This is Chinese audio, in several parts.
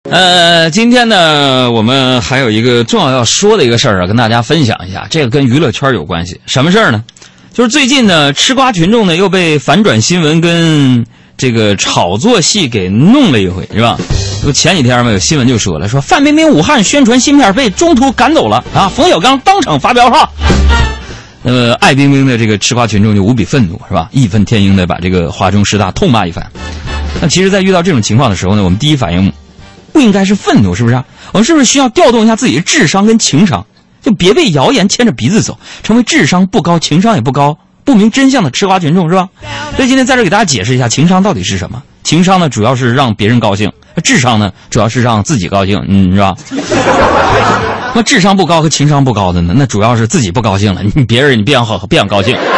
今天呢，我们还有一个重要要说的一个事儿啊，跟大家分享一下。这个跟娱乐圈有关系，什么事儿呢？就是最近呢，吃瓜群众呢又被反转新闻跟这个炒作戏给弄了一回，是吧？就前几天嘛，有新闻就说了，说范冰冰武汉宣传芯片被中途赶走了啊，冯小刚当场发飙哈。爱冰冰的这个吃瓜群众就无比愤怒，是吧？义愤填膺的把这个华中师大痛骂一番。那其实，在遇到这种情况的时候呢，我们第一反应不应该是愤怒，是不是啊？我们是不是需要调动一下自己的智商跟情商，就别被谣言牵着鼻子走，成为智商不高、情商也不高、不明真相的吃瓜群众，是吧？所以今天在这给大家解释一下情商到底是什么。情商呢，主要是让别人高兴；智商呢，主要是让自己高兴，是吧？那智商不高和情商不高的呢，那主要是自己不高兴了，别人你别想高兴。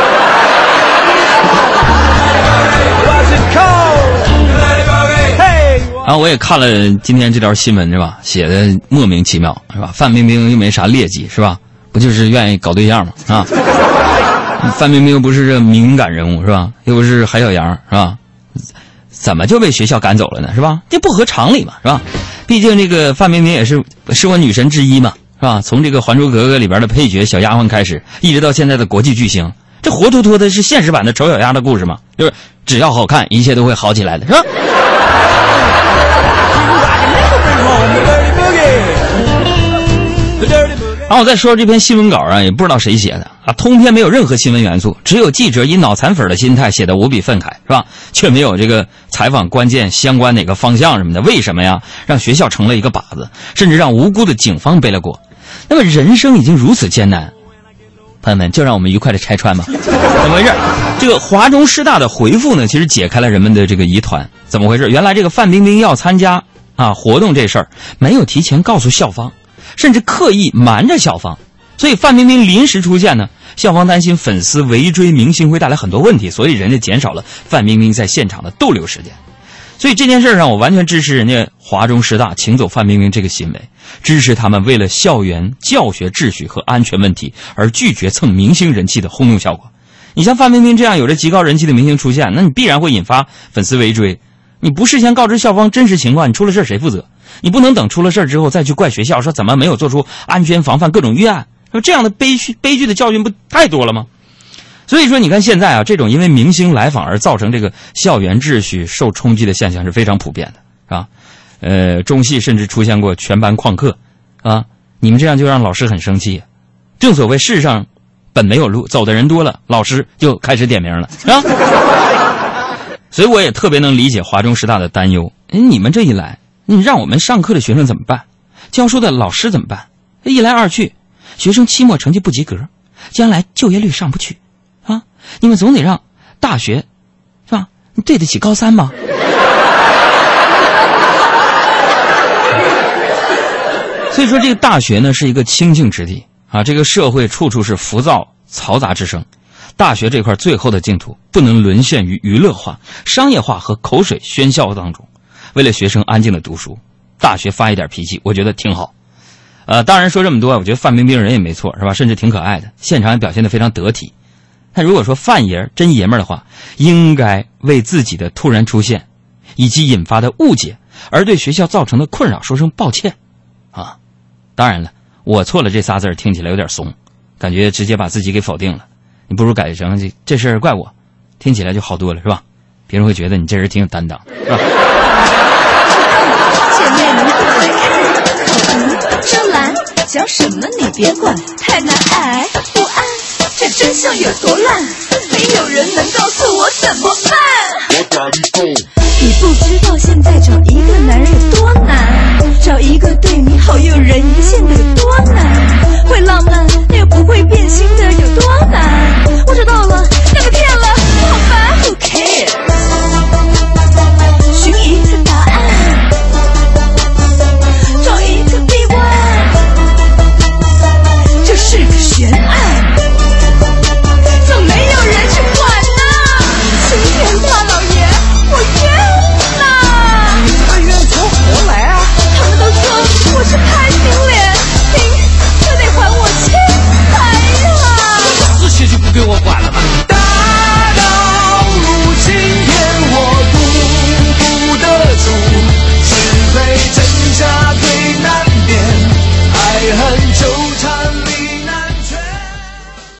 然后我也看了今天这条新闻，是吧？写的莫名其妙，是吧？范冰冰又没啥劣迹，是吧？不就是愿意搞对象吗？啊，范冰冰又不是这敏感人物，是吧？又不是海小羊，是吧？怎么就被学校赶走了呢？是吧？这不合常理嘛，是吧？毕竟这个范冰冰也是我女神之一嘛，是吧？从这个《还珠格格》里边的配角小丫鬟开始，一直到现在的国际巨星，这活脱脱的是现实版的丑小鸭的故事嘛，就是只要好看，一切都会好起来的，是吧？然后我再说这篇新闻稿啊，也不知道谁写的啊，通篇没有任何新闻元素，只有记者以脑残粉的心态写的无比愤慨，是吧？却没有这个采访关键相关哪个方向什么的。为什么呀？让学校成了一个靶子，甚至让无辜的警方背了锅。那么人生已经如此艰难，朋友们，就让我们愉快的拆穿吧。怎么回事？这个华中师大的回复呢，其实解开了人们的这个疑团。怎么回事？原来这个范冰冰要参加活动这事儿，没有提前告诉校方，甚至刻意瞒着校方，所以范冰冰临时出现呢，校方担心粉丝围追明星会带来很多问题，所以人家减少了范冰冰在现场的逗留时间。所以这件事上，我完全支持人家华中师大请走范冰冰这个行为，支持他们为了校园教学秩序和安全问题而拒绝蹭明星人气的轰动效果。你像范冰冰这样有着极高人气的明星出现，那你必然会引发粉丝围追。你不事先告知校方真实情况，你出了事谁负责？你不能等出了事之后再去怪学校，说怎么没有做出安全防范各种预案，这样的悲剧的教训不太多了吗？所以说你看现在啊，这种因为明星来访而造成这个校园秩序受冲击的现象是非常普遍的，是吧？中戏甚至出现过全班旷课啊，你们这样就让老师很生气。正所谓世上本没有路，走的人多了，老师就开始点名了，是吧？所以我也特别能理解华中师大的担忧。你们这一来，你让我们上课的学生怎么办？教书的老师怎么办？一来二去，学生期末成绩不及格，将来就业率上不去啊！你们总得让大学，是吧？你对得起高三吗？所以说，这个大学呢是一个清净之地啊，这个社会处处是浮躁嘈杂之声。大学这块最后的净土不能沦陷于娱乐化、商业化和口水喧嚣当中。为了学生安静的读书，大学发一点脾气，我觉得挺好。当然说这么多，我觉得范冰冰人也没错，是吧？甚至挺可爱的，现场也表现得非常得体。但如果说范爷真爷们儿的话，应该为自己的突然出现以及引发的误解而对学校造成的困扰说声抱歉啊！当然了，我错了这仨字听起来有点怂，感觉直接把自己给否定了。你不如改成这事儿怪我，听起来就好多了，是吧？别人会觉得你这人挺有担当，是吧？ 姐妹们不会爱，说蓝讲什么你别管，太难挨不安，这真相有多烂，没有人能告诉我怎么办。你不知道现在找一个男人有多难，找一个对你好又人一线的有多难，会浪漫又不会变心的有多难，我找到了那个骗了我好烦 Who cares， 寻一个答案，找一个例外，这是个悬案，怎么没有人去管呢？青天大老爷我冤了，你们冤从何很